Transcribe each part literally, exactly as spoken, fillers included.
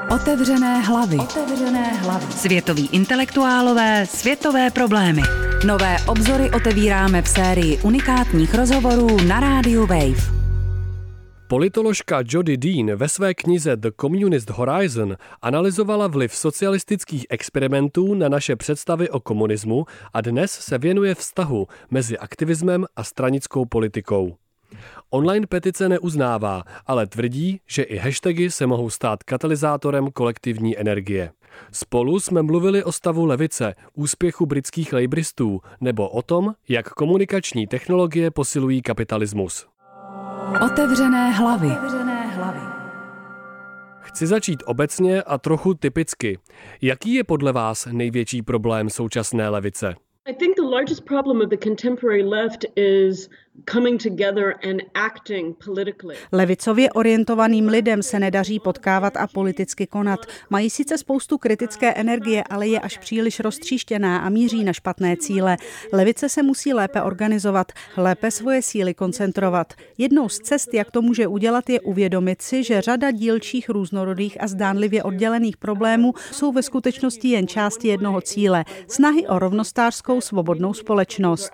Otevřené hlavy. Otevřené hlavy. Světoví intelektuálové, světové problémy. Nové obzory otevíráme v sérii unikátních rozhovorů na rádiu Wave. Politoložka Jodi Dean ve své knize The Communist Horizon analyzovala vliv socialistických experimentů na naše představy o komunismu a dnes se věnuje vztahu mezi aktivismem a stranickou politikou. Online petice neuznává, ale tvrdí, že i hashtagy se mohou stát katalyzátorem kolektivní energie. Spolu jsme mluvili o stavu levice, úspěchu britských labouristů nebo o tom, jak komunikační technologie posilují kapitalismus. Otevřené hlavy. Otevřené hlavy. Chci začít obecně a trochu typicky. Jaký je podle vás největší problém současné levice? I think the largest problem of the contemporary left is coming together and acting politically. Levicově orientovaným lidem se nedaří potkávat a politicky konat. Mají sice spoustu kritické energie, ale je až příliš roztříštěná a míří na špatné cíle. Levice se musí lépe organizovat, lépe svoje síly koncentrovat. Jednou z cest, jak to může udělat, je uvědomit si, že řada dílčích, různorodých a zdánlivě oddělených problémů jsou ve skutečnosti jen části jednoho cíle. Snahy o rovnostářskou svobodnou společnost.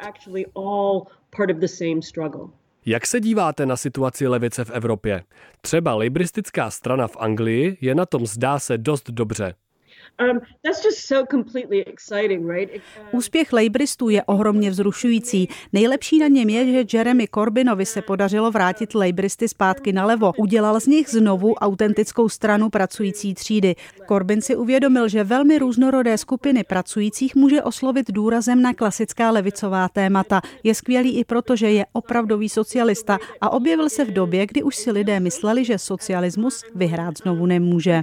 Jak se díváte na situaci levice v Evropě? Třeba lejbristická strana v Anglii je na tom, zdá se, dost dobře. Um, that's just so completely exciting, right? It, uh... Úspěch lejbristů je ohromně vzrušující. Nejlepší na něm je, že Jeremy Corbynovi se podařilo vrátit lejbristy zpátky nalevo. Udělal z nich znovu autentickou stranu pracující třídy. Corbyn si uvědomil, že velmi různorodé skupiny pracujících může oslovit důrazem na klasická levicová témata. Je skvělý i proto, že je opravdový socialista a objevil se v době, kdy už si lidé mysleli, že socialismus vyhrát znovu nemůže.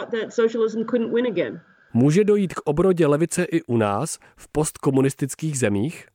Může dojít k obrodě levice i u nás, v postkomunistických zemích?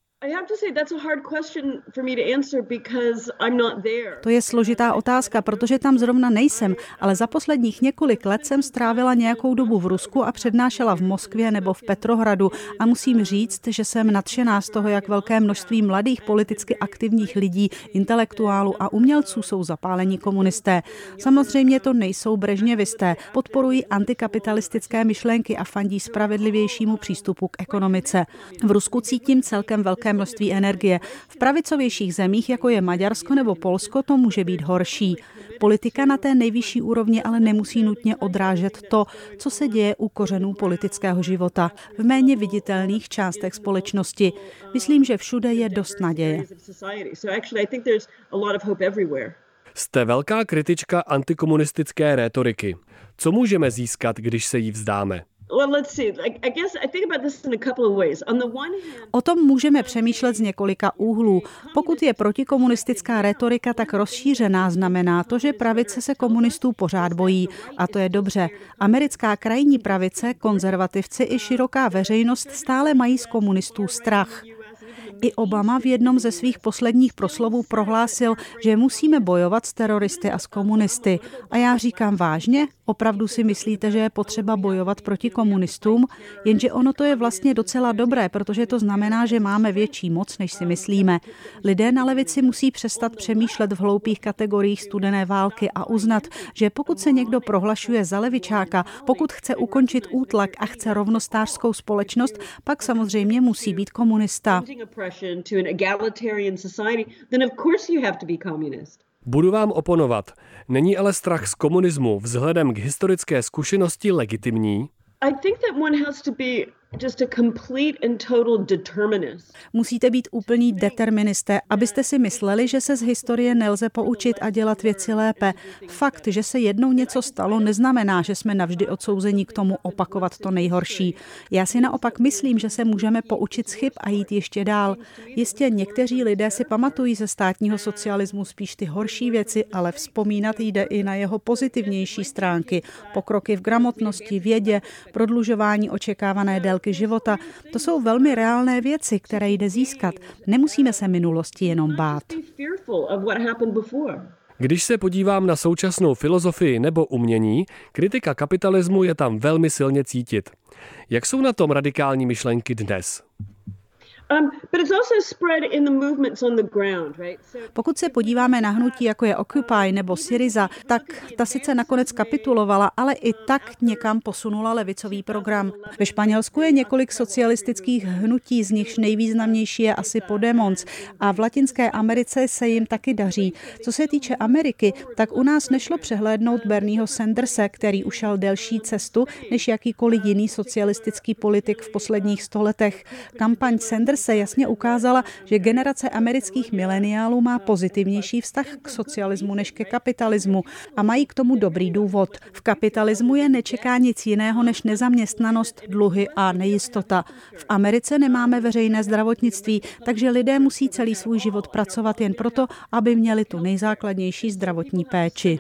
To je složitá otázka, protože tam zrovna nejsem, ale za posledních několik let jsem strávila nějakou dobu v Rusku a přednášela v Moskvě nebo v Petrohradu a musím říct, že jsem nadšená z toho, jak velké množství mladých politicky aktivních lidí, intelektuálů a umělců jsou zapálení komunisté. Samozřejmě to nejsou brežněvisté, podporují antikapitalistické myšlenky a fandí spravedlivějšímu přístupu k ekonomice. V Rusku cítím celkem velké množství energie. V pravicovějších zemích, jako je Maďarsko nebo Polsko, to může být horší. Politika na té nejvyšší úrovni ale nemusí nutně odrážet to, co se děje u kořenů politického života, v méně viditelných částech společnosti. Myslím, že všude je dost naděje. Jste velká kritička antikomunistické rétoriky. Co můžeme získat, když se jí vzdáme? O tom můžeme přemýšlet z několika úhlů. Pokud je protikomunistická rétorika tak rozšířená, znamená to, že pravice se komunistů pořád bojí. A to je dobře. Americká krajní pravice, konzervativci i široká veřejnost stále mají z komunistů strach. I Obama v jednom ze svých posledních proslovů prohlásil, že musíme bojovat s teroristy a s komunisty. A já říkám vážně, opravdu si myslíte, že je potřeba bojovat proti komunistům? Jenže ono to je vlastně docela dobré, protože to znamená, že máme větší moc, než si myslíme. Lidé na levici musí přestat přemýšlet v hloupých kategoriích studené války a uznat, že pokud se někdo prohlašuje za levičáka, pokud chce ukončit útlak a chce rovnostářskou společnost, pak samozřejmě musí být komunista. To an egalitarian society, then of course you have to be communist. Budu vám oponovat. Není ale strach z komunismu vzhledem k historické zkušenosti legitimní? I think that one has to be just a complete and total determinist. Musíte být úplní deterministé, abyste si mysleli, že se z historie nelze poučit a dělat věci lépe. Fakt, že se jednou něco stalo, neznamená, že jsme navždy odsouzeni k tomu opakovat to nejhorší. Já si naopak myslím, že se můžeme poučit z chyb a jít ještě dál. Jistě někteří lidé si pamatují ze státního socialismu spíš ty horší věci, ale vzpomínat jde i na jeho pozitivnější stránky. Pokroky v gramotnosti, vědě, prodlužování očekávané délky života. To jsou velmi reálné věci, které jde získat. Nemusíme se minulosti jenom bát. Když se podívám na současnou filozofii nebo umění, kritika kapitalismu je tam velmi silně cítit. Jak jsou na tom radikální myšlenky dnes? Pokud se podíváme na hnutí, jako je Occupy nebo Syriza, tak ta sice nakonec kapitulovala, ale i tak někam posunula levicový program. Ve Španělsku je několik socialistických hnutí, z nichž nejvýznamnější je asi Podemos, a v Latinské Americe se jim taky daří. Co se týče Ameriky, tak u nás nešlo přehlédnout Bernieho Sanderse, který ušel delší cestu než jakýkoliv jiný socialistický politik v posledních sto letech. Kampaň Sanderse jasně ukázala, že generace amerických mileniálů má pozitivnější vztah k socialismu než ke kapitalismu a mají k tomu dobrý důvod. V kapitalismu je nečeká nic jiného než nezaměstnanost, dluhy a nejistota. V Americe nemáme veřejné zdravotnictví, takže lidé musí celý svůj život pracovat jen proto, aby měli tu nejzákladnější zdravotní péči.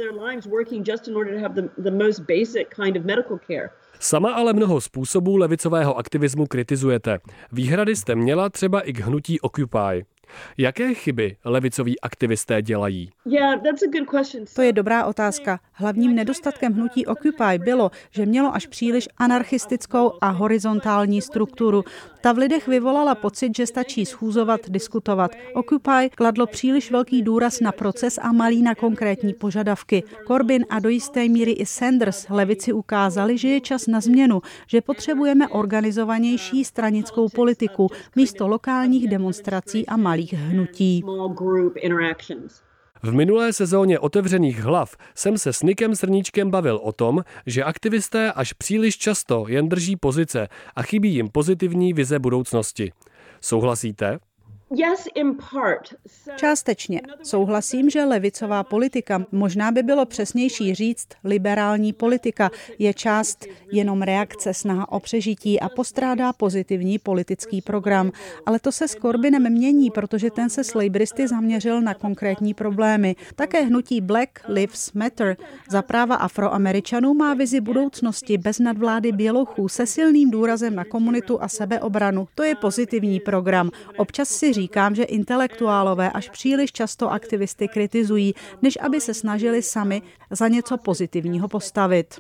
Sama ale mnoho způsobů levicového aktivismu kritizujete. Výhrady jste měla třeba i k hnutí Occupy. Jaké chyby levicoví aktivisté dělají? To je dobrá otázka. Hlavním nedostatkem hnutí Occupy bylo, že mělo až příliš anarchistickou a horizontální strukturu. Ta v lidech vyvolala pocit, že stačí schůzovat, diskutovat. Occupy kladlo příliš velký důraz na proces a malý na konkrétní požadavky. Corbyn a do jisté míry i Sanders levici ukázali, že je čas na změnu, že potřebujeme organizovanější stranickou politiku místo lokálních demonstrací a malých hnutí. V minulé sezóně Otevřených hlav jsem se s Nickem Srníčkem bavil o tom, že aktivisté až příliš často jen drží pozice a chybí jim pozitivní vize budoucnosti. Souhlasíte? Částečně. Souhlasím, že levicová politika, možná by bylo přesnější říct liberální politika, je část jenom reakce, snaha o přežití a postrádá pozitivní politický program. Ale to se s Corbynem mění, protože ten se s lejbristy zaměřil na konkrétní problémy. Také hnutí Black Lives Matter za práva Afroameričanů má vizi budoucnosti bez nadvlády bělochů se silným důrazem na komunitu a sebeobranu. To je pozitivní program. Občas si říkám, že intelektuálové až příliš často aktivisty kritizují, než aby se snažili sami za něco pozitivního postavit.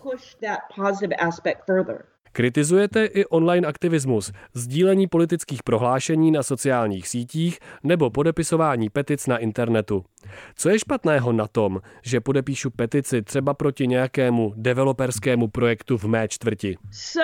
Kritizujete i online aktivismus, sdílení politických prohlášení na sociálních sítích nebo podepisování petic na internetu. Co je špatného na tom, že podepíšu petici třeba proti nějakému developerskému projektu v mé čtvrti?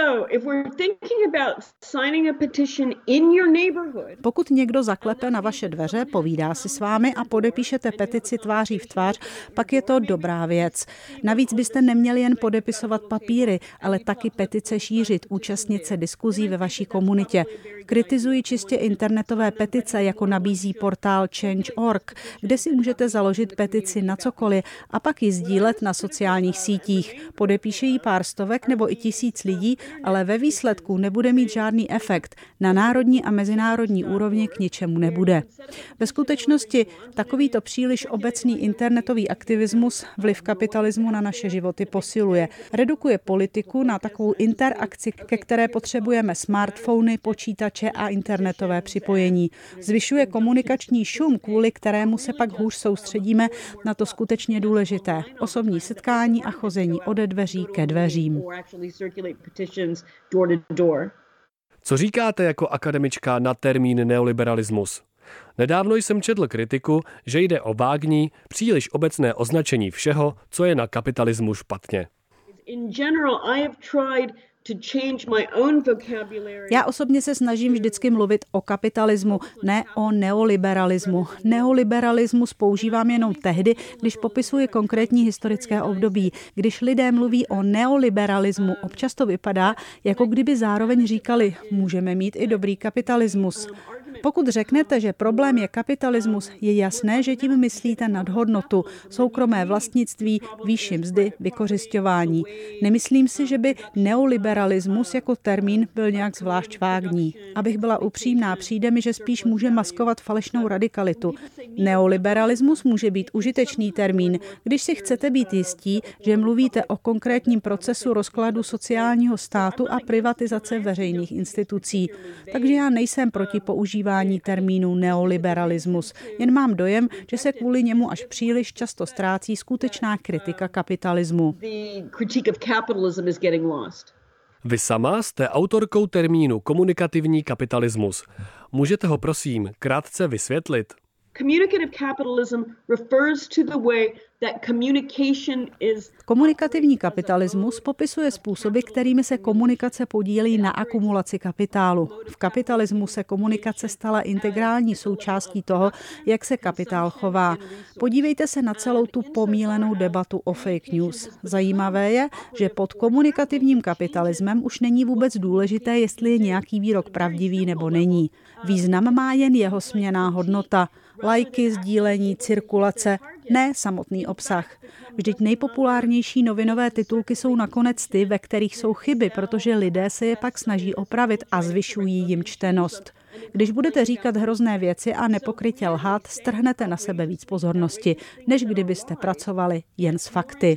Pokud někdo zaklepe na vaše dveře, povídá si s vámi a podepíšete petici tváří v tvář, pak je to dobrá věc. Navíc byste neměli jen podepisovat papíry, ale taky petice šířit, účastnit se diskuzí ve vaší komunitě. Kritizuji čistě internetové petice, jako nabízí portál change tečka org, kde si můžete založit petici na cokoliv a pak ji sdílet na sociálních sítích. Podepíše ji pár stovek nebo i tisíc lidí, ale ve výsledku nebude mít žádný efekt. Na národní a mezinárodní úrovni k ničemu nebude. Ve skutečnosti takovýto příliš obecný internetový aktivismus vliv kapitalismu na naše životy posiluje. Redukuje politiku na takovou interakci, ke které potřebujeme smartfony, počítače a internetové připojení. Zvyšuje komunikační šum, kvůli kterému se pak hůř soustředíme na to skutečně důležité. Osobní setkání a chození ode dveří ke dveřím. Co říkáte jako akademička na termín neoliberalismus? Nedávno jsem četl kritiku, že jde o vágní, příliš obecné označení všeho, co je na kapitalismu špatně. Já osobně se snažím vždycky mluvit o kapitalismu, ne o neoliberalismu. Neoliberalismus používám jenom tehdy, když popisuji konkrétní historické období. Když lidé mluví o neoliberalismu, občas to vypadá, jako kdyby zároveň říkali, můžeme mít i dobrý kapitalismus. Pokud řeknete, že problém je kapitalismus, je jasné, že tím myslíte nadhodnotu, soukromé vlastnictví, výši mzdy, vykořisťování. Nemyslím si, že by neoliberalismus jako termín byl nějak zvlášť vágní. Abych byla upřímná, přijde mi, že spíš může maskovat falešnou radikalitu. Neoliberalismus může být užitečný termín, když si chcete být jistí, že mluvíte o konkrétním procesu rozkladu sociálního státu a privatizace veřejných institucí. Takže já nejsem proti používání termínu neoliberalismus. Jen mám dojem, že se kvůli němu až příliš často ztrácí skutečná kritika kapitalismu. Vy sama jste autorkou termínu komunikativní kapitalismus. Můžete ho prosím krátce vysvětlit? Communicative capitalism refers to the way that communication is... Komunikativní kapitalismus popisuje způsoby, kterými se komunikace podílí na akumulaci kapitálu. V kapitalismu se komunikace stala integrální součástí toho, jak se kapitál chová. Podívejte se na celou tu pomílenou debatu o fake news. Zajímavé je, že pod komunikativním kapitalismem už není vůbec důležité, jestli je nějaký výrok pravdivý nebo není. Význam má jen jeho směnná hodnota. Lajky, sdílení, cirkulace, ne samotný obsah. Vždyť nejpopulárnější novinové titulky jsou nakonec ty, ve kterých jsou chyby, protože lidé se je pak snaží opravit a zvyšují jim čtenost. Když budete říkat hrozné věci a nepokrytě lhát, strhnete na sebe víc pozornosti, než kdybyste pracovali jen s fakty.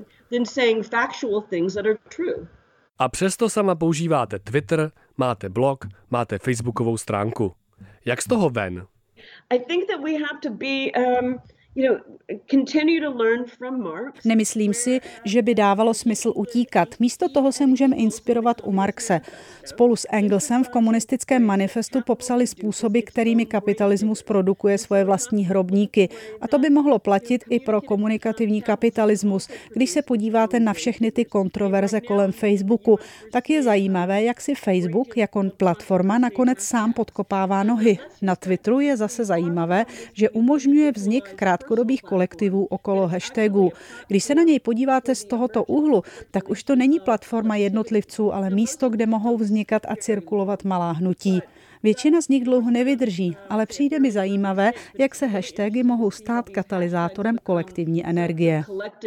A přesto sama používáte Twitter, máte blog, máte facebookovou stránku. Jak z toho ven? I think that we have to be, um, you know, continue to learn from Marx. Nemyslím si, že by dávalo smysl utíkat. Místo toho se můžeme inspirovat u Marxe. Spolu s Engelsem v komunistickém manifestu popsali způsoby, kterými kapitalismus produkuje svoje vlastní hrobníky. A to by mohlo platit i pro komunikativní kapitalismus. Když se podíváte na všechny ty kontroverze kolem Facebooku, tak je zajímavé, jak si Facebook jako platforma nakonec sám podkopává nohy. Na Twitteru je zase zajímavé, že umožňuje vznik krátkodobých kolektivů okolo hashtagů. Když se na něj podíváte z tohoto úhlu, tak už to není platforma jednotlivců, ale místo, kde mohou vznikat a cirkulovat malá hnutí. Většina z nich dlouho nevydrží, ale přijde mi zajímavé, jak se hashtagy mohou stát katalyzátorem kolektivní energie.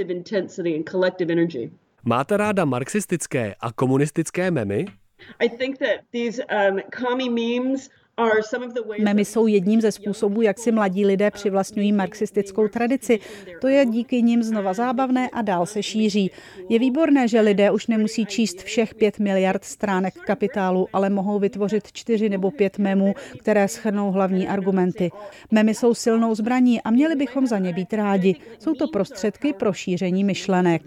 Máte ráda marxistické a komunistické memy? I think that these um, commie memes Memy jsou jedním ze způsobů, jak si mladí lidé přivlastňují marxistickou tradici. To je díky nim znova zábavné a dál se šíří. Je výborné, že lidé už nemusí číst všech pět miliard stránek kapitálu, ale mohou vytvořit čtyři nebo pět memů, které shrnou hlavní argumenty. Memy jsou silnou zbraní a měli bychom za ně být rádi. Jsou to prostředky pro šíření myšlenek.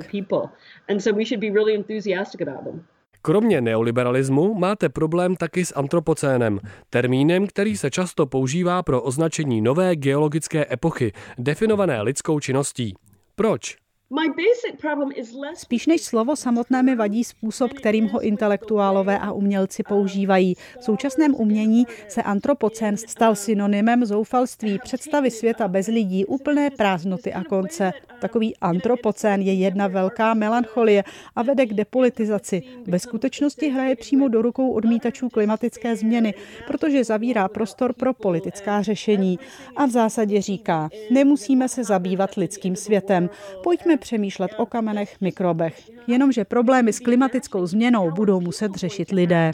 Kromě neoliberalismu máte problém taky s antropocénem, termínem, který se často používá pro označení nové geologické epochy, definované lidskou činností. Proč? Spíš než slovo samotné mi vadí způsob, kterým ho intelektuálové a umělci používají. V současném umění se antropocén stal synonymem zoufalství, představy světa bez lidí, úplné prázdnoty a konce. Takový antropocén je jedna velká melancholie a vede k depolitizaci. Ve skutečnosti hraje přímo do rukou odmítačů klimatické změny, protože zavírá prostor pro politická řešení. A v zásadě říká, nemusíme se zabývat lidským světem, pojďme přemýšlet o kamenech, mikrobech. Jenomže problémy s klimatickou změnou budou muset řešit lidé.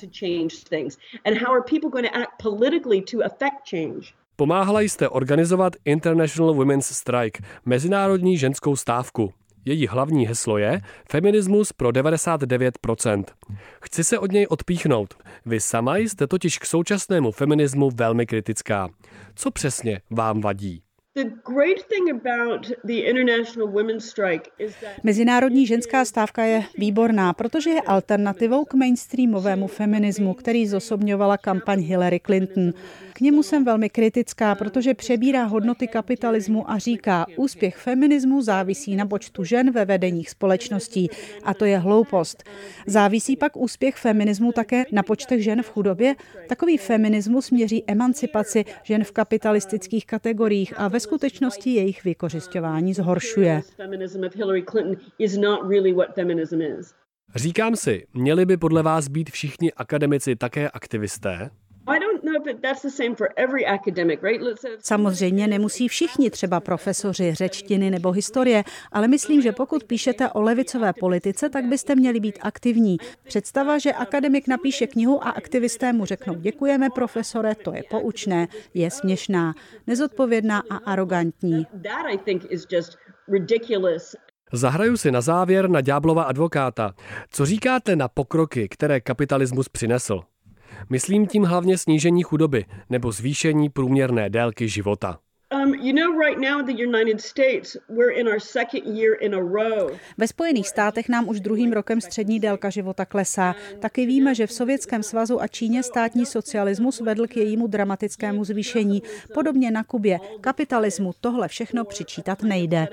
Pomáhala jste organizovat International Women's Strike, mezinárodní ženskou stávku. Její hlavní heslo je feminismus pro devadesát devět procent. Chci se od něj odpíchnout. Vy sama jste totiž k současnému feminismu velmi kritická. Co přesně vám vadí? Mezinárodní ženská stávka je výborná, protože je alternativou k mainstreamovému feminismu, který zosobňovala kampaň Hillary Clinton. K němu jsem velmi kritická, protože přebírá hodnoty kapitalismu a říká, úspěch feminismu závisí na počtu žen ve vedeních společností. A to je hloupost. Závisí pak úspěch feminismu také na počtech žen v chudobě? Takový feminismus měří emancipaci žen v kapitalistických kategoriích a ve skutečnosti jejich vykořisťování zhoršuje. Říkám si, měli by podle vás být všichni akademici také aktivisté? Samozřejmě nemusí všichni, třeba profesoři řečtiny nebo historie, ale myslím, že pokud píšete o levicové politice, tak byste měli být aktivní. Představa, že akademik napíše knihu a aktivisté mu řeknou děkujeme profesore, to je poučné, je směšná, nezodpovědná a arrogantní. Zahraju si na závěr na ďáblova advokáta. Co říkáte na pokroky, které kapitalismus přinesl? Myslím tím hlavně snížení chudoby nebo zvýšení průměrné délky života. Ve Spojených státech nám už druhým rokem střední délka života klesá. Taky víme, že v Sovětském svazu a Číně státní socialismus vedl k jejímu dramatickému zvýšení. Podobně na Kubě. Kapitalismu tohle všechno přičítat nejde.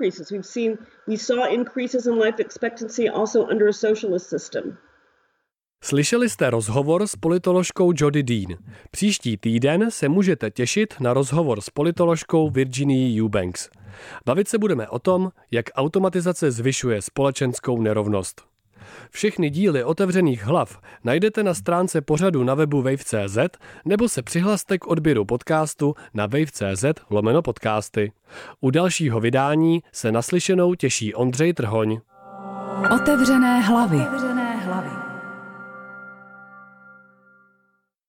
Slyšeli jste rozhovor s politoložkou Jodi Dean. Příští týden se můžete těšit na rozhovor s politoložkou Virginií Eubanks. Bavit se budeme o tom, jak automatizace zvyšuje společenskou nerovnost. Všechny díly Otevřených hlav najdete na stránce pořadu na webu wave tečka cé zet nebo se přihlaste k odběru podcastu na wave tečka cé zet lomeno podcasty. U dalšího vydání se naslyšenou těší Ondřej Trhoň. Otevřené hlavy. Otevřené hlavy.